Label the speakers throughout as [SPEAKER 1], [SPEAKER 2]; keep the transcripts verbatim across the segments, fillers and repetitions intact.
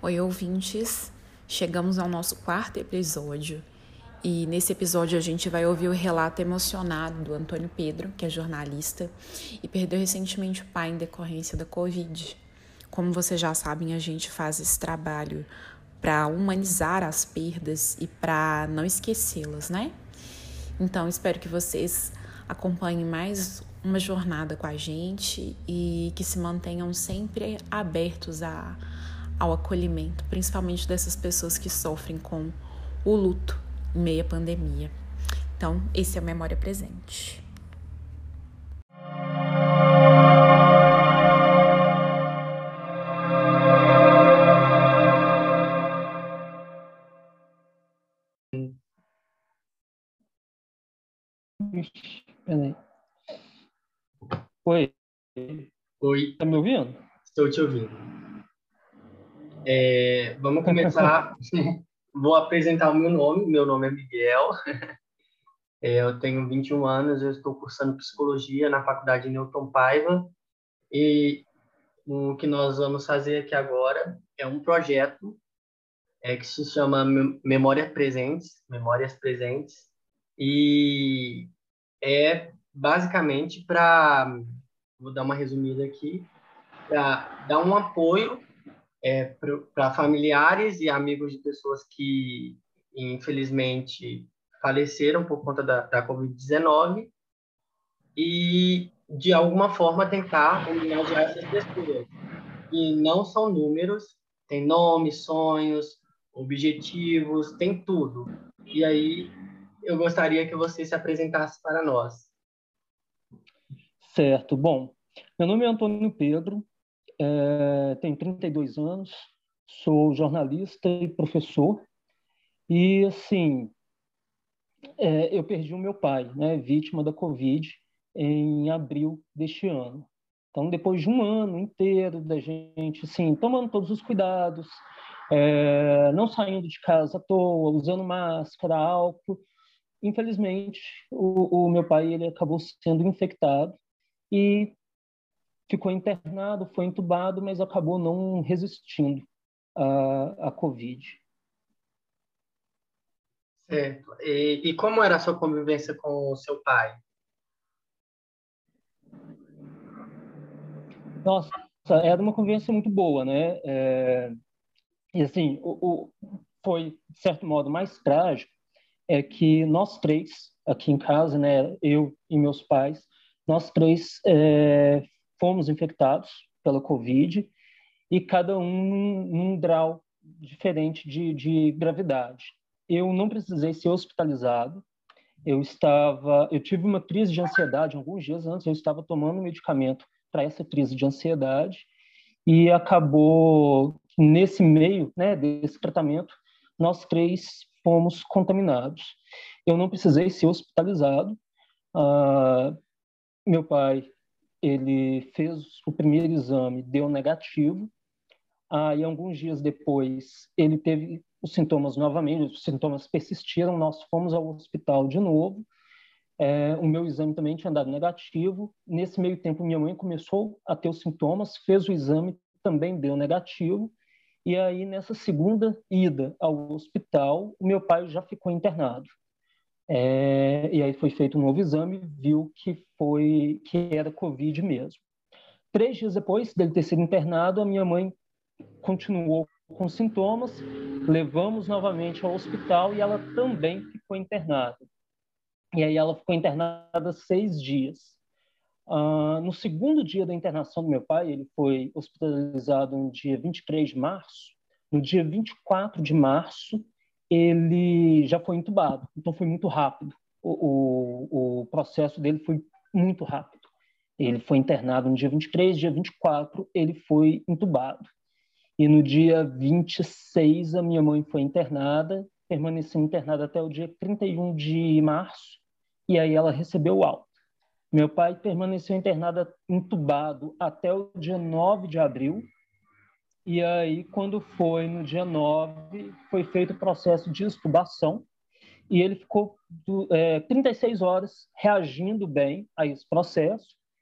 [SPEAKER 1] Oi, ouvintes! Chegamos ao nosso quarto episódio e nesse episódio a gente vai ouvir o relato emocionado do Antônio Pedro, que é jornalista e perdeu recentemente o pai em decorrência da Covid. Como vocês já sabem, a gente faz esse trabalho para humanizar as perdas e para não esquecê-las, né? Então, espero que vocês acompanhem mais uma jornada com a gente e que se mantenham sempre abertos a, ao acolhimento, principalmente dessas pessoas que sofrem com o luto em meio à pandemia. Então, esse é o Memória Presente.
[SPEAKER 2] Peraí. Oi,
[SPEAKER 3] Oi,
[SPEAKER 2] tá me ouvindo?
[SPEAKER 3] estou te ouvindo. É, vamos começar. Vou apresentar o meu nome. Meu nome é Miguel. É, eu tenho vinte e um anos. Eu estou cursando psicologia na Faculdade Newton Paiva. E o que nós vamos fazer aqui agora é um projeto é, que se chama Mem- Memórias Presentes. Memórias Presentes. E é basicamente para, vou dar uma resumida aqui, para dar um apoio para familiares e amigos de pessoas que, infelizmente, faleceram por conta da, da covid dezenove e, de alguma forma, tentar homenagear essas pessoas. E não são números, tem nomes, sonhos, objetivos, tem tudo. E aí, eu gostaria que você se apresentasse para nós.
[SPEAKER 2] Certo. Bom, meu nome é Antônio Pedro, é, tenho trinta e dois anos, sou jornalista e professor. E, assim, é, eu perdi o meu pai, né, vítima da Covid, em abril deste ano. Então, depois de um ano inteiro da gente, assim, tomando todos os cuidados, é, não saindo de casa à toa, usando máscara, álcool, infelizmente, o, o meu pai ele acabou sendo infectado e ficou internado, foi entubado, mas acabou não resistindo à, à Covid.
[SPEAKER 3] Certo. E, e como era a sua convivência com o seu pai?
[SPEAKER 2] Nossa, era uma convivência muito boa, né? É, e assim, o, o, foi, de certo modo, mais trágico é que nós três, aqui em casa, né, eu e meus pais, nós três é, fomos infectados pela Covid e cada um num, num grau diferente de, de gravidade. Eu não precisei ser hospitalizado. Eu estava, eu tive uma crise de ansiedade alguns dias antes. Eu estava tomando medicamento para essa crise de ansiedade e acabou nesse meio, né, desse tratamento, nós três fomos contaminados. Eu não precisei ser hospitalizado. Ah, meu pai, ele fez o primeiro exame, deu negativo. Aí, alguns dias depois, ele teve os sintomas novamente, os sintomas persistiram, nós fomos ao hospital de novo. É, o meu exame também tinha dado negativo. Nesse meio tempo, minha mãe começou a ter os sintomas, fez o exame, também deu negativo. E aí, nessa segunda ida ao hospital, o meu pai já ficou internado. É, e aí foi feito um novo exame, viu que foi que era Covid mesmo. Três dias depois dele ter sido internado, a minha mãe continuou com sintomas, levamos novamente ao hospital e ela também ficou internada. E aí ela ficou internada seis dias. Uh, no segundo dia da internação do meu pai, ele foi hospitalizado no dia vinte e três de março. No dia vinte e quatro de março, ele já foi entubado. Então foi muito rápido. O, o, o processo dele foi muito rápido. Ele foi internado no dia vinte e três, dia vinte e quatro, ele foi entubado. E no dia vinte e seis, a minha mãe foi internada, permaneceu internada até o dia trinta e um de março, e aí ela recebeu o alta. Meu pai permaneceu internado, entubado, até o dia nove de abril, e aí, quando foi no dia nove, foi feito o processo de extubação, e ele ficou é, trinta e seis horas reagindo bem a esse processo.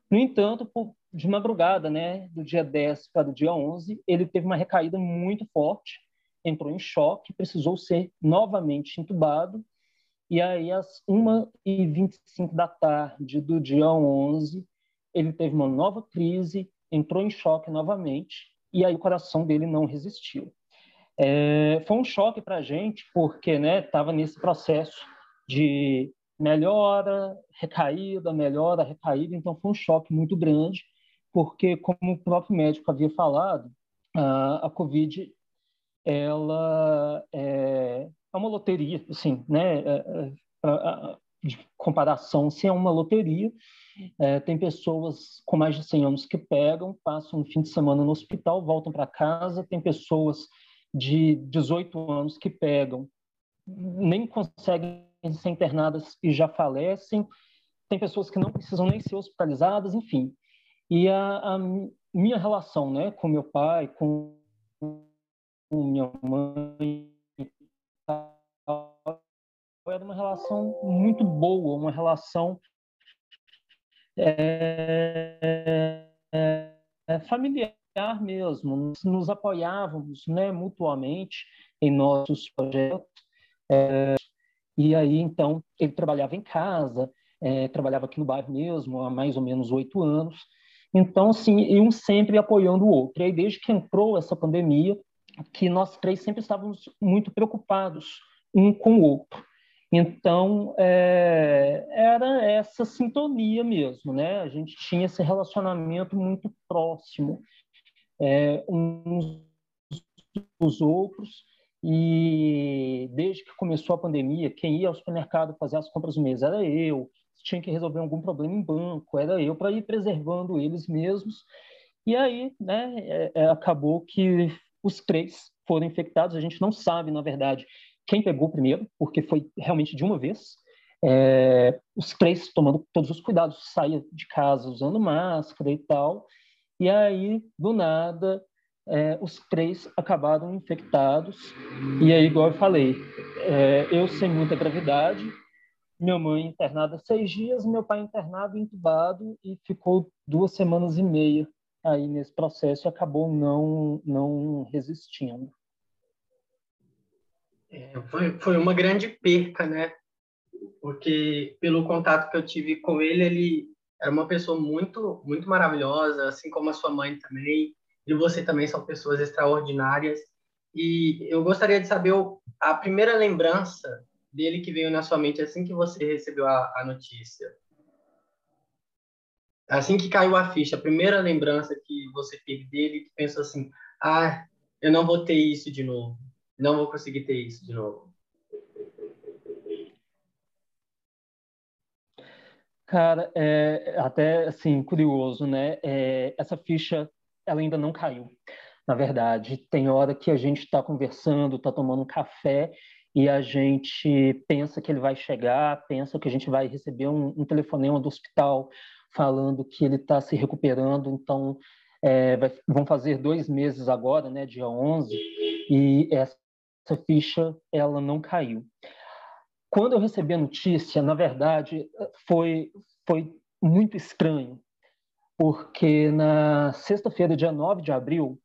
[SPEAKER 2] No entanto, por, de madrugada, né, do dia dez para o dia onze, ele teve uma recaída muito forte, entrou em choque, precisou ser novamente entubado, e aí às uma e vinte e cinco da tarde do dia onze, ele teve uma nova crise, entrou em choque novamente, e aí o coração dele não resistiu. É, foi um choque para a gente, porque né, estava nesse processo de melhora, recaída, melhora, recaída, então foi um choque muito grande, porque, como o próprio médico havia falado, a, a Covid ela é, é uma loteria, assim, né? É, é, de comparação, se é uma loteria, é, tem pessoas com mais de cem anos que pegam, passam um fim de semana no hospital, voltam para casa, tem pessoas de dezoito anos que pegam, nem conseguem ser internadas e já falecem, tem pessoas que não precisam nem ser hospitalizadas, enfim. E a, a minha relação, né, com meu pai, com minha mãe, era uma relação muito boa, uma relação é, é, familiar mesmo. Nos, nos apoiávamos, né, mutuamente em nossos projetos. É, e aí, então, ele trabalhava em casa, é, trabalhava aqui no bairro mesmo há mais ou menos oito anos. Então, assim, um sempre apoiando o outro. E aí, desde que entrou essa pandemia, que nós três sempre estávamos muito preocupados um com o outro. Então, é, era essa sintonia mesmo, né? A gente tinha esse relacionamento muito próximo, é, uns dos outros, e desde que começou a pandemia, quem ia ao supermercado fazer as compras do mês era eu, tinha que resolver algum problema em banco, era eu, para ir preservando eles mesmos. E aí, né, é, é, acabou que os três foram infectados. A gente não sabe, na verdade, quem pegou primeiro, porque foi realmente de uma vez. É, os três tomando todos os cuidados, saía de casa usando máscara e tal. E aí, do nada, é, os três acabaram infectados. E aí, igual eu falei, é, eu sem muita gravidade, minha mãe internada seis dias, meu pai internado, entubado, e ficou duas semanas e meia aí nesse processo e acabou não, não resistindo.
[SPEAKER 3] É, foi, foi uma grande perca, né? Porque pelo contato que eu tive com ele, ele era uma pessoa muito, muito maravilhosa, assim como a sua mãe também, e você também são pessoas extraordinárias. E eu gostaria de saber o, a primeira lembrança dele que veio na sua mente assim que você recebeu a, a notícia. Assim que caiu a ficha, a primeira lembrança que você teve dele, que pensou assim, ah, eu não vou ter isso de novo, não vou conseguir ter isso de novo.
[SPEAKER 2] Cara, é até assim, curioso, né? É, essa ficha, ela ainda não caiu. Na verdade, tem hora que a gente está conversando, está tomando um café e a gente pensa que ele vai chegar, pensa que a gente vai receber um, um telefonema do hospital falando que ele está se recuperando. Então, é, vai, vão fazer dois meses agora, né? Dia onze, e essa ficha, ela não caiu. Quando eu recebi a notícia, na verdade, foi, foi muito estranho, porque na sexta-feira, dia nove de abril,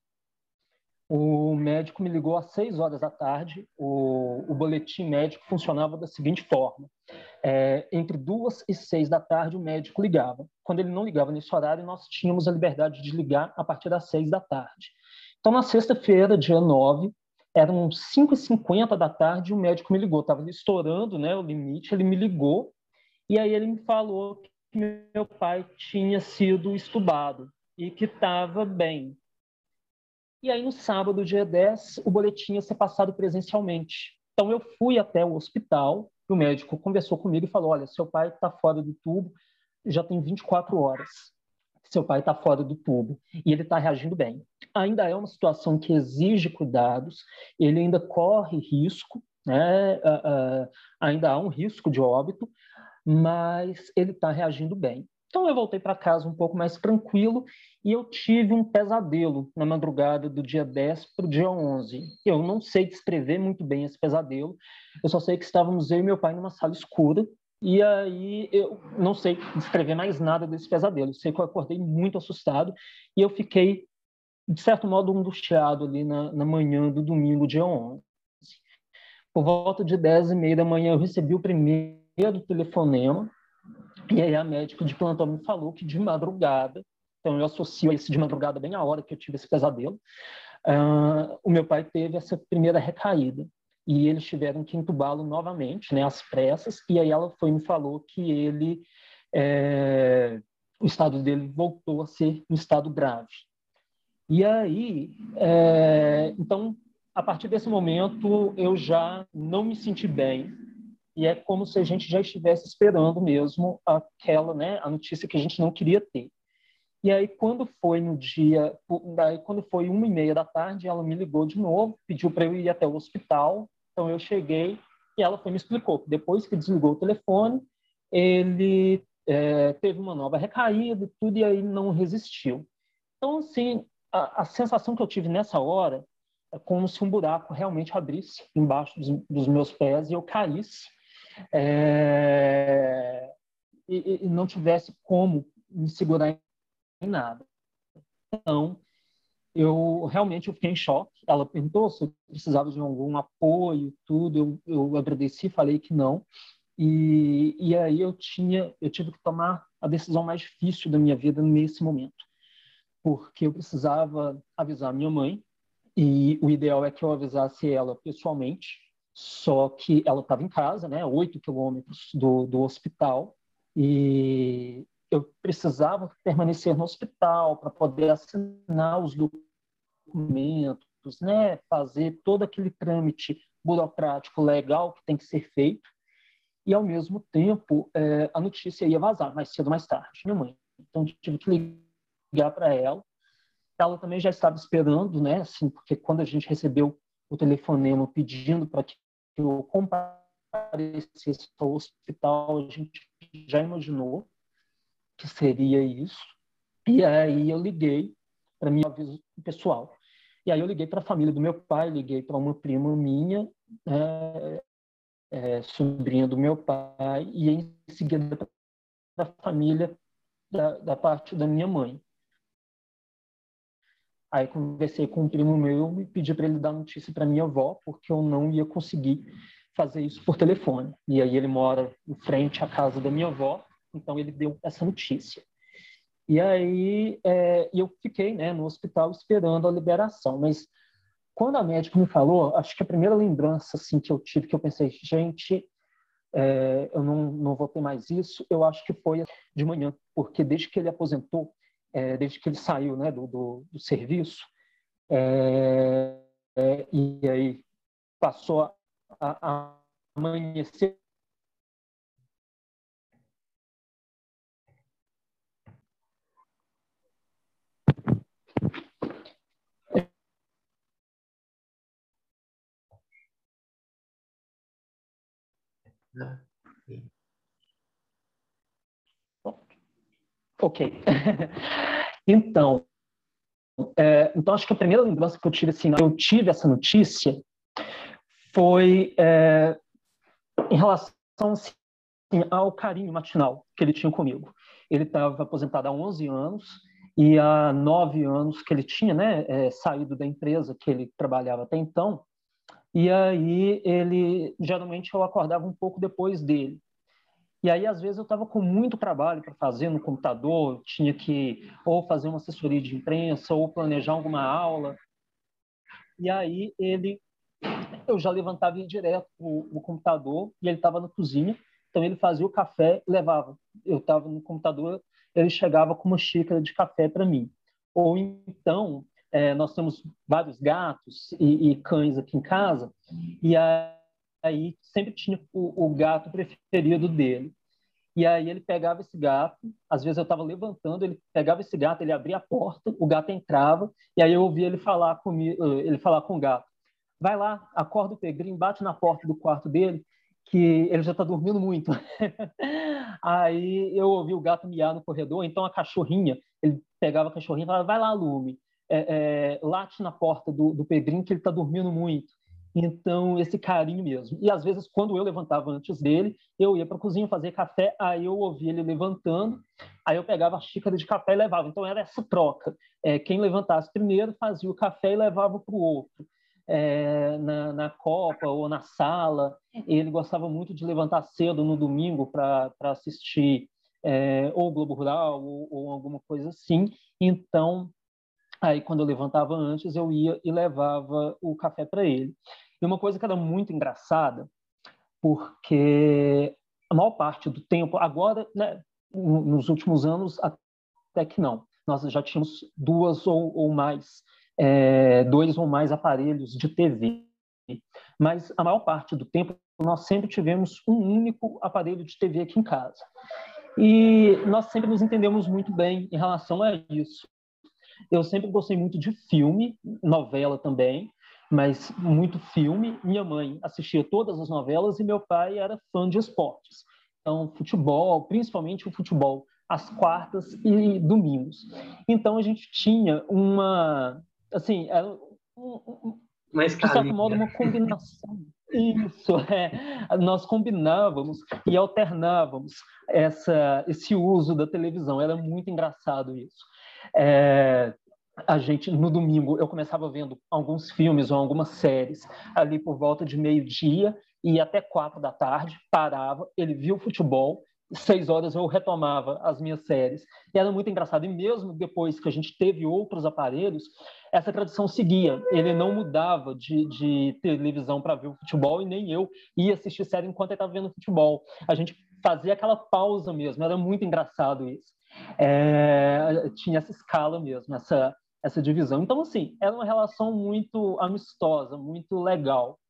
[SPEAKER 2] o médico me ligou às seis horas da tarde. O, o boletim médico funcionava da seguinte forma: é, entre duas e seis da tarde, o médico ligava. Quando ele não ligava nesse horário, nós tínhamos a liberdade de ligar a partir das seis da tarde. Então, na sexta-feira, dia nove, eram cinco e cinquenta da tarde, o médico me ligou. Estava estourando, né, o limite, ele me ligou e aí ele me falou que meu pai tinha sido estubado e que estava bem. E aí, no sábado, dia dez, o boletim ia ser passado presencialmente. Então, eu fui até o hospital, o médico conversou comigo e falou: olha, seu pai está fora do tubo, já tem vinte e quatro horas. Seu pai está fora do tubo e ele está reagindo bem. Ainda é uma situação que exige cuidados, ele ainda corre risco, né? Uh, uh, ainda há um risco de óbito, mas ele está reagindo bem. Então eu voltei para casa um pouco mais tranquilo e eu tive um pesadelo na madrugada do dia dez para o dia onze. Eu não sei descrever muito bem esse pesadelo, eu só sei que estávamos eu e meu pai numa sala escura E aí eu não sei descrever mais nada desse pesadelo. Eu sei que eu acordei muito assustado e eu fiquei, de certo modo, angustiado ali na, na manhã do domingo, dia onze. Por volta de dez e meia da manhã eu recebi o primeiro telefonema e aí a médica de plantão me falou que de madrugada, então eu associo esse de madrugada bem a hora que eu tive esse pesadelo, uh, o meu pai teve essa primeira recaída. E eles tiveram que entubá-lo novamente, né, às pressas, e aí ela foi e me falou que ele, é, o estado dele voltou a ser um estado grave. E aí, é, então, a partir desse momento, eu já não me senti bem, e é como se a gente já estivesse esperando mesmo aquela, né, a notícia que a gente não queria ter. E aí, quando foi no dia, daí, quando foi uma e meia da tarde, ela me ligou de novo, pediu para eu ir até o hospital. Então, eu cheguei e ela foi me explicou que depois que desligou o telefone, ele é, teve uma nova recaída e tudo, e aí não resistiu. Então, assim, a, a sensação que eu tive nessa hora é como se um buraco realmente abrisse embaixo dos, dos meus pés e eu caísse é, e, e não tivesse como me segurar em nada. Então, eu realmente eu fiquei em choque. Ela perguntou se eu precisava de algum apoio, tudo. Eu, eu agradeci, falei que não. E, e aí eu tinha, eu tive que tomar a decisão mais difícil da minha vida nesse momento, porque eu precisava avisar minha mãe e o ideal é que eu avisasse ela pessoalmente. Só que ela estava em casa, né, oito quilômetros do, do hospital, e eu precisava permanecer no hospital para poder assinar os documentos, né, fazer todo aquele trâmite burocrático legal que tem que ser feito, e ao mesmo tempo é, a notícia ia vazar mais cedo ou mais tarde, minha mãe. Então eu tive que ligar para ela. Ela também já estava esperando, né, assim, porque quando a gente recebeu o telefonema pedindo para que eu comparecesse ao hospital, a gente já imaginou que seria isso. E aí eu liguei para mim aviso pessoal. E aí eu liguei para a família do meu pai, liguei para uma prima minha, é, é, sobrinha do meu pai, e em seguida para a família da, da parte da minha mãe. Aí conversei com um primo meu e pedi para ele dar notícia para minha avó, porque eu não ia conseguir fazer isso por telefone. E aí ele mora em frente à casa da minha avó, então ele deu essa notícia. E aí é, eu fiquei, né, no hospital esperando a liberação. Mas quando a médica me falou, acho que a primeira lembrança assim, que eu tive, que eu pensei, gente, é, eu não, não vou ter mais isso, eu acho que foi de manhã, porque desde que ele aposentou, é, desde que ele saiu, né, do, do, do serviço, é, é, e aí passou a, a amanhecer. Ok. Então, é, então, acho que a primeira lembrança que eu tive, assim, eu tive essa notícia, foi é, em relação assim, ao carinho matinal que ele tinha comigo. Ele estava aposentado há onze anos e há nove anos que ele tinha, né, é, saído da empresa que ele trabalhava até então. E aí ele, geralmente eu acordava um pouco depois dele. E aí, às vezes, eu estava com muito trabalho para fazer no computador, tinha que ou fazer uma assessoria de imprensa ou planejar alguma aula. E aí ele, eu já levantava e ia direto o computador e ele estava na cozinha. Então ele fazia o café e levava. Eu estava no computador, ele chegava com uma xícara de café para mim. Ou então, é, nós temos vários gatos e, e cães aqui em casa, e aí sempre tinha o, o gato preferido dele. E aí ele pegava esse gato, às vezes eu estava levantando, ele pegava esse gato, ele abria a porta, o gato entrava, e aí eu ouvia ele falar comigo, ele falar com o gato: vai lá, acorda o Pegrinho, bate na porta do quarto dele, que ele já está dormindo muito. Aí eu ouvi o gato miar no corredor, então a cachorrinha, ele pegava a cachorrinha e falava: vai lá, Lume, é, é, late na porta do, do Pegrinho, que ele está dormindo muito. Então, esse carinho mesmo. E, às vezes, quando eu levantava antes dele, eu ia para a cozinha fazer café, aí eu ouvia ele levantando, aí eu pegava a xícara de café e levava. Então, era essa troca. É, quem levantasse primeiro fazia o café e levava para o outro. É, na, na copa ou na sala. Ele gostava muito de levantar cedo no domingo para assistir é, ou Globo Rural ou, ou alguma coisa assim. Então, aí quando eu levantava antes, eu ia e levava o café para ele. E uma coisa que era muito engraçada, porque a maior parte do tempo, agora, né, nos últimos anos, até que não. Nós já tínhamos duas ou, ou mais, é, dois ou mais aparelhos de T V. Mas a maior parte do tempo, nós sempre tivemos um único aparelho de T V aqui em casa. E nós sempre nos entendemos muito bem em relação a isso. Eu sempre gostei muito de filme, novela também, mas muito filme. Minha mãe assistia todas as novelas e meu pai era fã de esportes. Então, futebol, principalmente o futebol, às quartas e domingos. Então, a gente tinha uma, assim, era um, um,
[SPEAKER 3] Mas,
[SPEAKER 2] de certo modo, uma combinação. Isso, é. Nós combinávamos e alternávamos essa, esse uso da televisão. Era muito engraçado isso. É, a gente, no domingo, eu começava vendo alguns filmes ou algumas séries ali por volta de meio-dia e até quatro da tarde, parava, ele via o futebol, seis horas eu retomava as minhas séries. E era muito engraçado. E mesmo depois que a gente teve outros aparelhos, essa tradição seguia. Ele não mudava de, de televisão para ver o futebol e nem eu ia assistir série enquanto ele estava vendo futebol. A gente fazia aquela pausa mesmo. Era muito engraçado isso. É, tinha essa escala mesmo, essa, essa divisão. Então, assim, era uma relação muito amistosa, muito legal.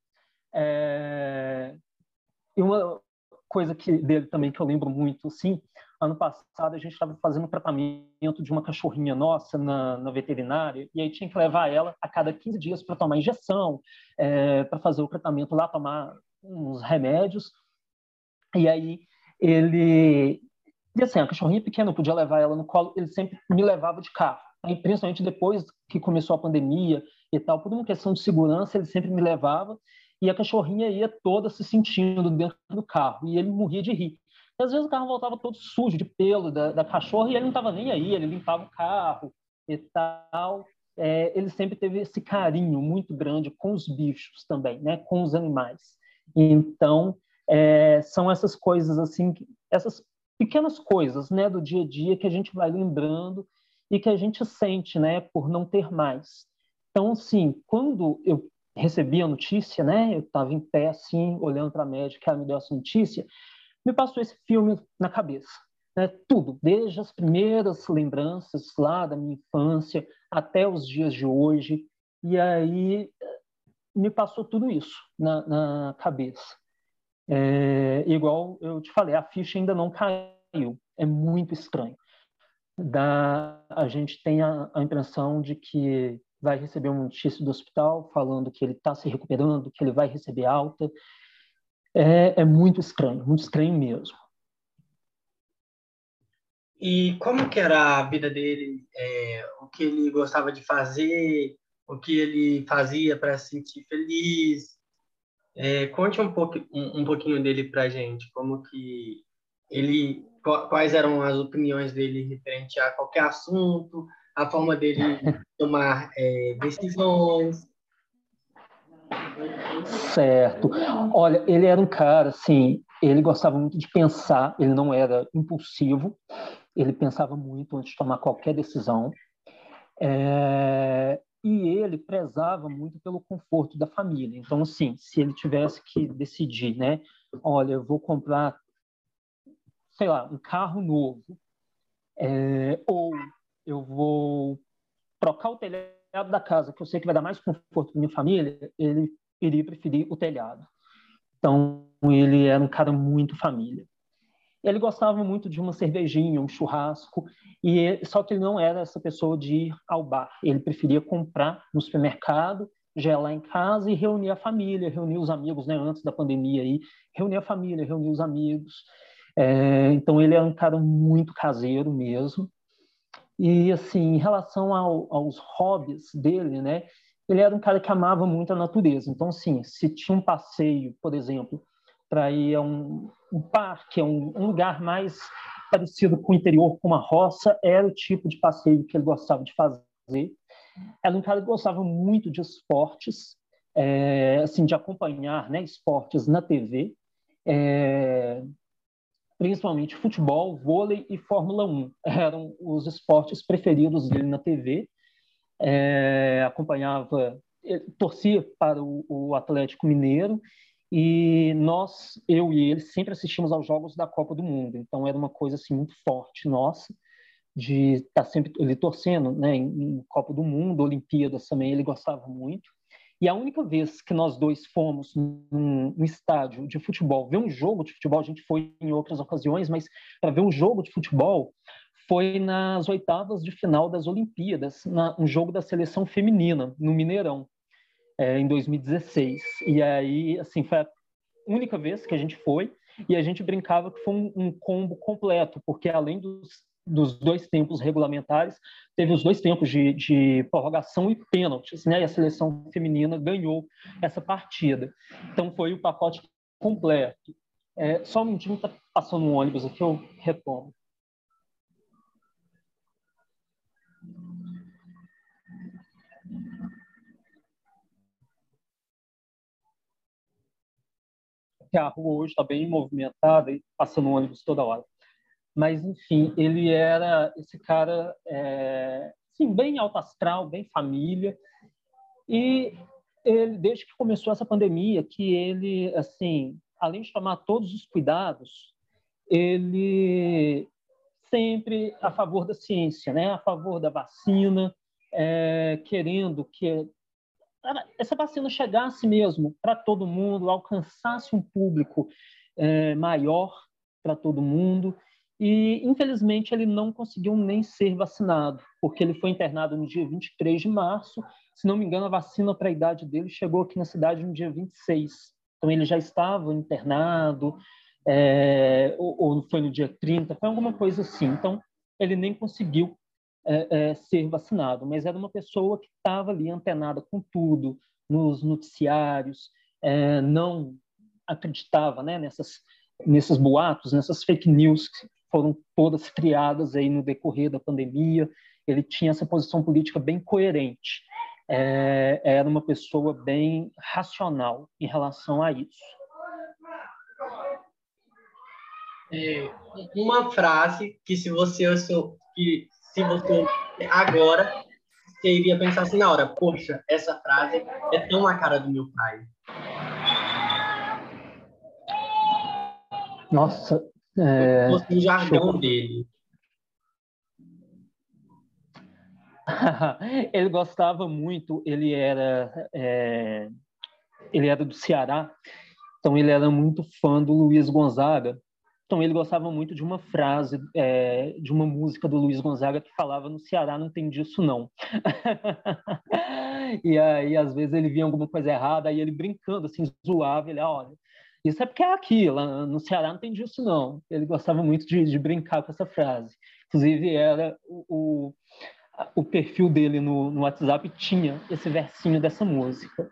[SPEAKER 2] É, e uma coisa que, dele também que eu lembro muito, assim, ano passado a gente estava fazendo um tratamento de uma cachorrinha nossa na, na veterinária, e aí tinha que levar ela a cada quinze dias para tomar injeção, é, para fazer o tratamento lá, tomar uns remédios. E aí ele... E assim, a cachorrinha pequena, eu podia levar ela no colo, ele sempre me levava de carro. Aí, principalmente depois que começou a pandemia e tal, por uma questão de segurança, ele sempre me levava e a cachorrinha ia toda se sentindo dentro do carro e ele morria de rir. E, às vezes o carro voltava todo sujo de pelo da, da cachorra e ele não estava nem aí, ele limpava o carro e tal. É, ele sempre teve esse carinho muito grande com os bichos também, né? Com os animais. Então, é, são essas coisas assim, essas pequenas coisas, né, do dia a dia que a gente vai lembrando e que a gente sente, né, por não ter mais. Então, assim, quando eu recebi a notícia, né, eu estava em pé, assim, olhando para a médica, ela me deu essa notícia, me passou esse filme na cabeça, né, tudo, desde as primeiras lembranças lá da minha infância até os dias de hoje, e aí me passou tudo isso na, na cabeça. É, igual eu te falei, a ficha ainda não caiu. É muito estranho. Da, a gente tem a, a impressão de que vai receber uma notícia do hospital falando que ele está se recuperando, que ele vai receber alta. É, é muito estranho, muito estranho mesmo.
[SPEAKER 3] E como que era a vida dele? É, o que ele gostava de fazer? O que ele fazia para se sentir feliz? É, conte um pouco, um, um pouquinho dele para gente, como que ele, quais eram as opiniões dele referente a qualquer assunto, a forma dele tomar é, decisões.
[SPEAKER 2] Certo. Olha, ele era um cara, assim, ele gostava muito de pensar, ele não era impulsivo, ele pensava muito antes de tomar qualquer decisão. É... E ele prezava muito pelo conforto da família. Então, assim, se ele tivesse que decidir, né? Olha, eu vou comprar, sei lá, um carro novo, é... ou eu vou trocar o telhado da casa, que eu sei que vai dar mais conforto para minha família, ele iria preferir o telhado. Então, ele era um cara muito família. Ele gostava muito de uma cervejinha, um churrasco, e ele, só que ele não era essa pessoa de ir ao bar. Ele preferia comprar no supermercado, gelar em casa e reunir a família, reunir os amigos, né, antes da pandemia aí, reunir a família, reunir os amigos. É, então ele era um cara muito caseiro mesmo. E assim, em relação ao, aos hobbies dele, né, ele era um cara que amava muito a natureza. Então, assim, se tinha um passeio, por exemplo, para ir a um, um parque, a um, um lugar mais parecido com o interior, com uma roça, era o tipo de passeio que ele gostava de fazer. Era um cara que gostava muito de esportes, é, assim, de acompanhar, né, esportes na T V, é, principalmente futebol, vôlei e Fórmula um. Eram os esportes preferidos dele na T V. É, acompanhava, torcia para o, o Atlético Mineiro, e nós, eu e ele, sempre assistimos aos jogos da Copa do Mundo. Então era uma coisa assim muito forte nossa, de estar sempre ele torcendo, né, em, em Copa do Mundo, Olimpíadas também, ele gostava muito. E a única vez que nós dois fomos num, num estádio de futebol, ver um jogo de futebol, a gente foi em outras ocasiões, mas para ver um jogo de futebol, foi nas oitavas de final das Olimpíadas, na, um jogo da seleção feminina, no Mineirão, é, em dois mil e dezesseis. E aí, assim, foi a única vez que a gente foi, e a gente brincava que foi um, um combo completo, porque além dos, dos dois tempos regulamentares, teve os dois tempos de, de prorrogação e pênaltis, né? E a seleção feminina ganhou essa partida. Então foi o pacote completo. É, só um minutinho, está passando um ônibus aqui, eu retomo. A rua hoje está bem movimentada e passando um ônibus toda hora. Mas, enfim, ele era esse cara, é, assim, bem alto astral, bem família. E ele, desde que começou essa pandemia, que ele, assim, além de tomar todos os cuidados, ele sempre a favor da ciência, né? A favor da vacina, é, querendo que essa vacina chegasse mesmo para todo mundo, alcançasse um público é, maior para todo mundo. E, infelizmente, ele não conseguiu nem ser vacinado, porque ele foi internado no dia vinte e três de março. Se não me engano, a vacina para a idade dele chegou aqui na cidade no dia vinte e seis. Então, ele já estava internado, é, ou, ou foi no dia trinta, foi alguma coisa assim. Então, ele nem conseguiu é, é, ser vacinado, mas era uma pessoa que estava ali antenada com tudo, nos noticiários, é, não acreditava, né, nessas, nesses boatos, nessas fake news que foram todas criadas aí no decorrer da pandemia. Ele tinha essa posição política bem coerente, é, era uma pessoa bem racional em relação a isso.
[SPEAKER 3] É, uma frase que se você que se você agora você iria pensar assim na hora, poxa, essa frase é tão a cara do meu pai.
[SPEAKER 2] Nossa, é...
[SPEAKER 3] o jargão eu... dele.
[SPEAKER 2] Ele gostava muito, ele era é... ele era do Ceará, então ele era muito fã do Luiz Gonzaga. Então ele gostava muito de uma frase, é, de uma música do Luiz Gonzaga que falava: no Ceará não tem disso não. E aí às vezes ele via alguma coisa errada, aí ele brincando assim, zoava, ele, olha, isso é porque é aqui, lá no Ceará não tem disso não. Ele gostava muito de, de brincar com essa frase. Inclusive era o, o, o perfil dele no, no WhatsApp tinha esse versinho dessa música.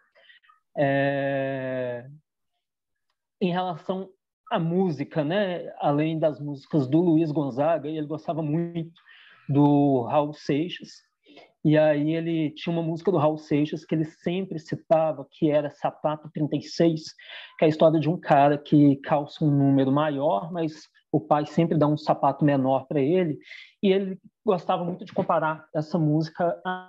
[SPEAKER 2] É... Em relação à música, né? Além das músicas do Luiz Gonzaga, ele gostava muito do Raul Seixas. E aí ele tinha uma música do Raul Seixas que ele sempre citava, que era Sapato trinta e seis, que é a história de um cara que calça um número maior, mas o pai sempre dá um sapato menor para ele. E ele gostava muito de comparar essa música a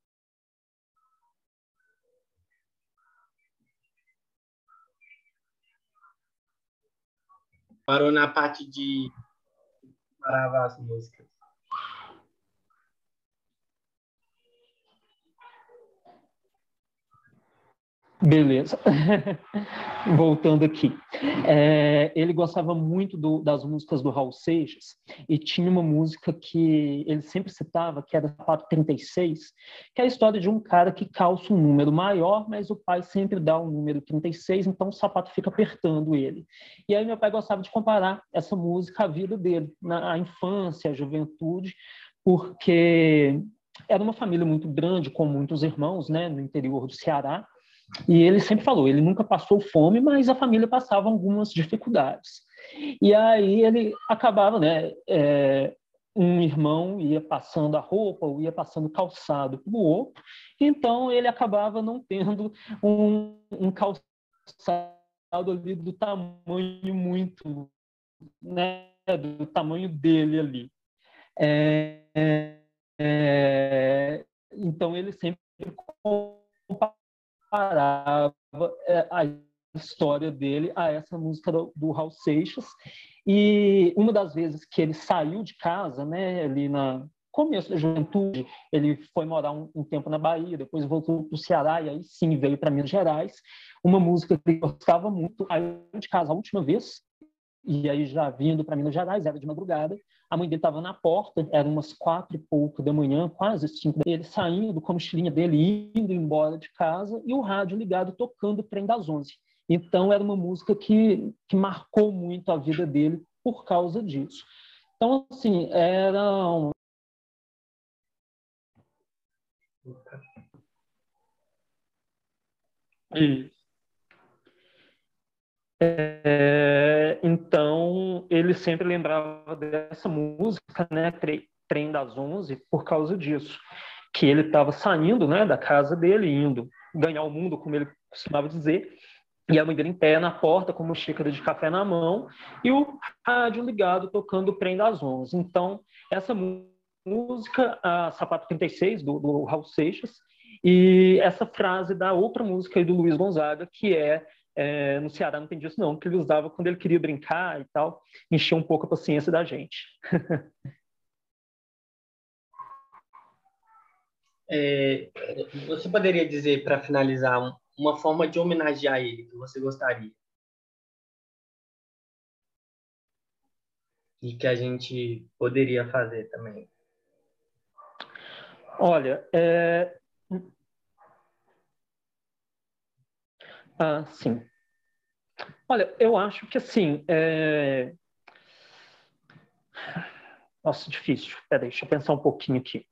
[SPEAKER 3] Parou na parte de parava as músicas.
[SPEAKER 2] Beleza. Voltando aqui. É, ele gostava muito do, das músicas do Raul Seixas, e tinha uma música que ele sempre citava, que era Sapato trinta e seis, que é a história de um cara que calça um número maior, mas o pai sempre dá o número trinta e seis, então o sapato fica apertando ele. E aí meu pai gostava de comparar essa música à vida dele, na infância, a juventude, porque era uma família muito grande, com muitos irmãos, né, no interior do Ceará, e ele sempre falou, ele nunca passou fome, mas a família passava algumas dificuldades. E aí ele acabava, né, é, um irmão ia passando a roupa, ou ia passando calçado para o outro, então ele acabava não tendo um, um calçado ali do tamanho muito, né, do tamanho dele ali. É, é, então ele sempre comparava a história dele a essa música do, do Raul Seixas. E uma das vezes que ele saiu de casa, né, ali na começo da juventude, ele foi morar um, um tempo na Bahia, depois voltou para o Ceará e aí sim veio para Minas Gerais. Uma música que ele gostava muito, saiu de casa a última vez, e aí já vindo para Minas Gerais, era de madrugada, a mãe dele estava na porta, eram umas quatro e pouco da manhã, quase cinco, ele saindo com a mochilinha dele, indo embora de casa, e o rádio ligado, tocando o Trem das Onze. Então, era uma música que, que marcou muito a vida dele por causa disso. Então, assim, era... Um... E, é, então, ele sempre lembrava dessa música, né, Trem das Onze, por causa disso, que ele estava saindo, né, da casa dele, indo ganhar o mundo, como ele costumava dizer, e a mãe dele em pé na porta, com uma xícara de café na mão, e o rádio ligado, tocando o Trem das Onze. Então, essa música, a Sapato trinta e seis, do, do Raul Seixas, e essa frase da outra música aí do Luiz Gonzaga, que é, é no Ceará não tem disso não, que ele usava quando ele queria brincar e tal, encher um pouco a paciência da gente.
[SPEAKER 3] É, você poderia dizer, para finalizar, uma forma de homenagear ele que você gostaria? E que a gente poderia fazer também?
[SPEAKER 2] Olha, é... Ah, sim. Olha, eu acho que assim... É... Nossa, difícil. Peraí, deixa eu pensar um pouquinho aqui.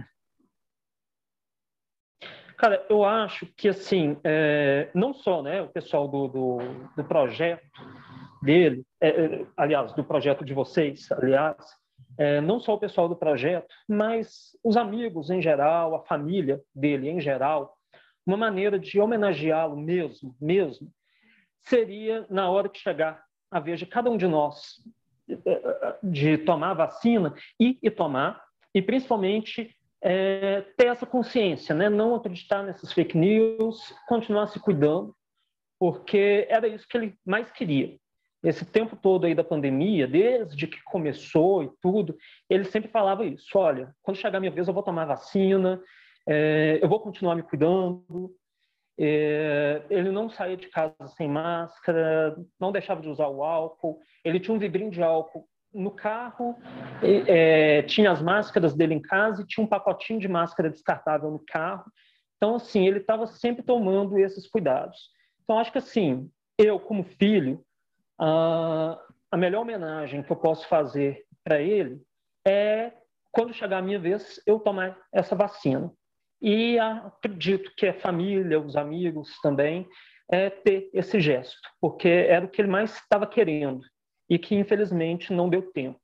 [SPEAKER 2] Cara, eu acho que, assim, é, não só, né, o pessoal do, do, do projeto dele, é, é, aliás, do projeto de vocês, aliás, é, não só o pessoal do projeto, mas os amigos em geral, a família dele em geral, uma maneira de homenageá-lo mesmo, mesmo, seria na hora que chegar a vez de cada um de nós de tomar a vacina e, e tomar, e principalmente é, ter essa consciência, né? Não acreditar nessas fake news, continuar se cuidando, porque era isso que ele mais queria. Esse tempo todo aí da pandemia, desde que começou e tudo, ele sempre falava isso, olha, quando chegar a minha vez eu vou tomar vacina, é, eu vou continuar me cuidando. É, ele não saía de casa sem máscara, não deixava de usar o álcool, ele tinha um vidrinho de álcool no carro, é, tinha as máscaras dele em casa e tinha um pacotinho de máscara descartável no carro. Então, assim, ele estava sempre tomando esses cuidados. Então, acho que, assim, eu, como filho, a, a melhor homenagem que eu posso fazer para ele é, quando chegar a minha vez, eu tomar essa vacina. E acredito que a família, os amigos também, é ter esse gesto, porque era o que ele mais estava querendo e que, infelizmente, não deu tempo.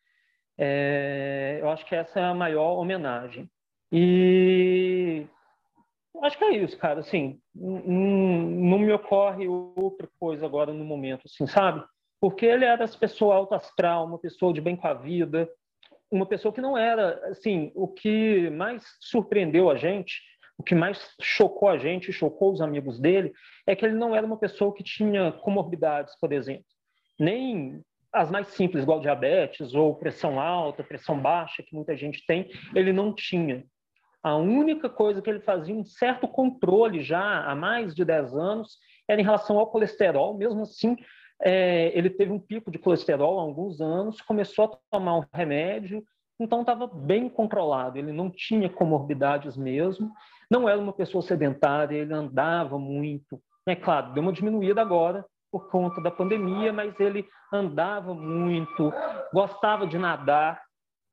[SPEAKER 2] É, eu acho que essa é a maior homenagem. E acho que é isso, cara. Assim, não, não me ocorre outra coisa agora no momento, assim, sabe? Porque ele era essa pessoa alto astral, uma pessoa de bem com a vida, uma pessoa que não era, assim, o que mais surpreendeu a gente, o que mais chocou a gente, chocou os amigos dele, é que ele não era uma pessoa que tinha comorbidades, por exemplo. Nem as mais simples, igual diabetes ou pressão alta, pressão baixa, que muita gente tem, ele não tinha. A única coisa que ele fazia um certo controle já há mais de dez anos era em relação ao colesterol. Mesmo assim, é, ele teve um pico de colesterol há alguns anos, começou a tomar um remédio, então estava bem controlado. Ele não tinha comorbidades mesmo, não era uma pessoa sedentária, ele andava muito. É claro, deu uma diminuída agora por conta da pandemia, mas ele andava muito, gostava de nadar.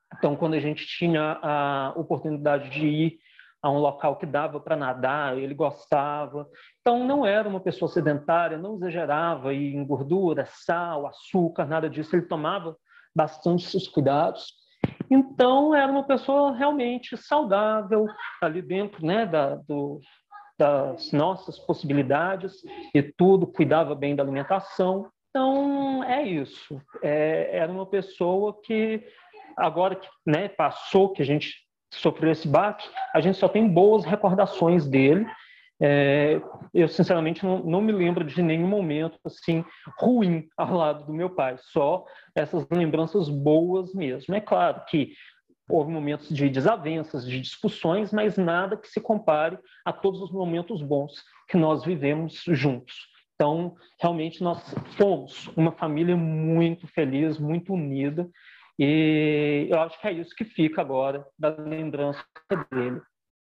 [SPEAKER 2] Então, quando a gente tinha a oportunidade de ir a um local que dava para nadar, ele gostava. Então, não era uma pessoa sedentária, não exagerava em gordura, sal, açúcar, nada disso. Ele tomava bastante seus cuidados. Então, era uma pessoa realmente saudável, ali dentro, né, da, do, das nossas possibilidades e tudo, cuidava bem da alimentação. Então, é isso. É, era uma pessoa que, agora que, né, passou, que a gente sofreu esse baque, a gente só tem boas recordações dele. É, eu, sinceramente, não, não me lembro de nenhum momento assim ruim ao lado do meu pai, só essas lembranças boas mesmo. É claro que houve momentos de desavenças, de discussões, mas nada que se compare a todos os momentos bons que nós vivemos juntos. Então, realmente, nós fomos uma família muito feliz, muito unida, e eu acho que é isso que fica agora da lembrança dele.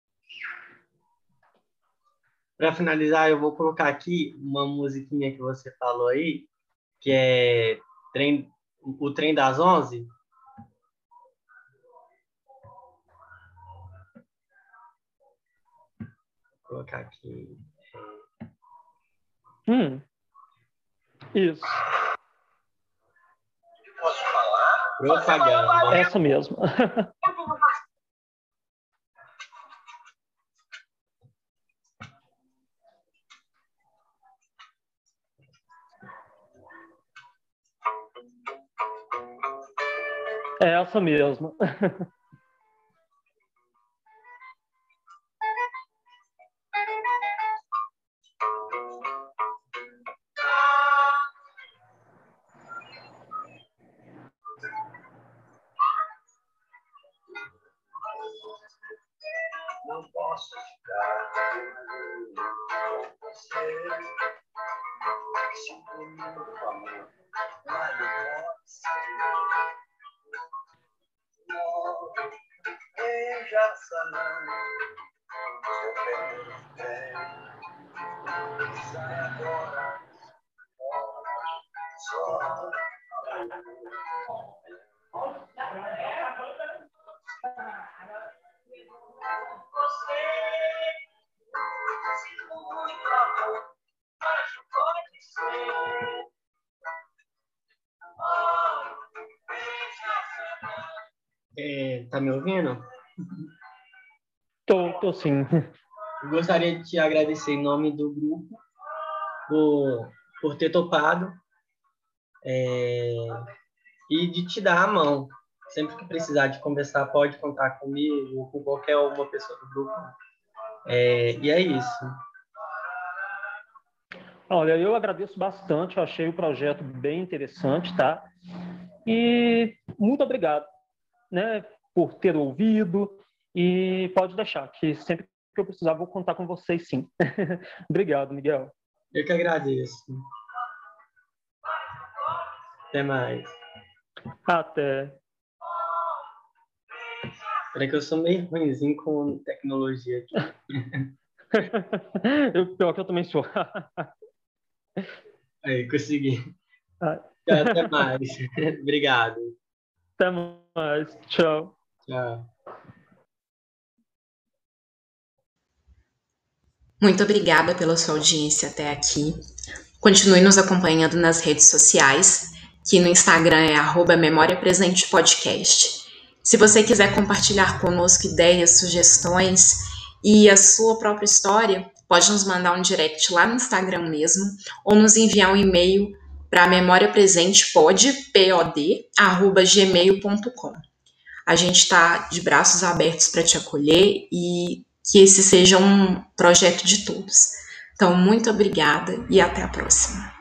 [SPEAKER 3] Para finalizar, eu vou colocar aqui uma musiquinha que você falou aí, que é trem, o Trem das Onze. Vou colocar aqui.
[SPEAKER 2] Hum, isso.
[SPEAKER 3] Posso falar? Propaganda.
[SPEAKER 2] Essa mesmo. É essa mesmo.
[SPEAKER 3] Não posso ficar com você. Sinto muito amor, mas não pode ser. Não, veja essa mão. Estou perdendo tempo. Sai agora. Só. É, tá me ouvindo?
[SPEAKER 2] Tô, tô sim.
[SPEAKER 3] Eu gostaria de te agradecer em nome do grupo por, por ter topado é, e de te dar a mão. Sempre que precisar de conversar, pode contar comigo ou com qualquer uma pessoa do grupo. É, e é isso.
[SPEAKER 2] Olha, eu agradeço bastante, eu achei o projeto bem interessante, tá? E muito obrigado, né, por ter ouvido, e pode deixar que sempre que eu precisar vou contar com vocês, sim. Obrigado, Miguel.
[SPEAKER 3] Eu que agradeço. Até mais.
[SPEAKER 2] Até.
[SPEAKER 3] Peraí que eu sou meio ruimzinho com tecnologia aqui.
[SPEAKER 2] eu, pior que eu também sou.
[SPEAKER 3] Aí, consegui.
[SPEAKER 2] Ah.
[SPEAKER 3] Até mais. Obrigado.
[SPEAKER 2] Até mais. Tchau.
[SPEAKER 3] Tchau.
[SPEAKER 1] Muito obrigada pela sua audiência até aqui. Continue nos acompanhando nas redes sociais, que no Instagram é arroba Memória Presente Podcast. Se você quiser compartilhar conosco ideias, sugestões e a sua própria história, pode nos mandar um direct lá no Instagram mesmo, ou nos enviar um e-mail para memoriapresentepod, P O D, arroba gmail ponto com. A gente está de braços abertos para te acolher e que esse seja um projeto de todos. Então, muito obrigada e até a próxima.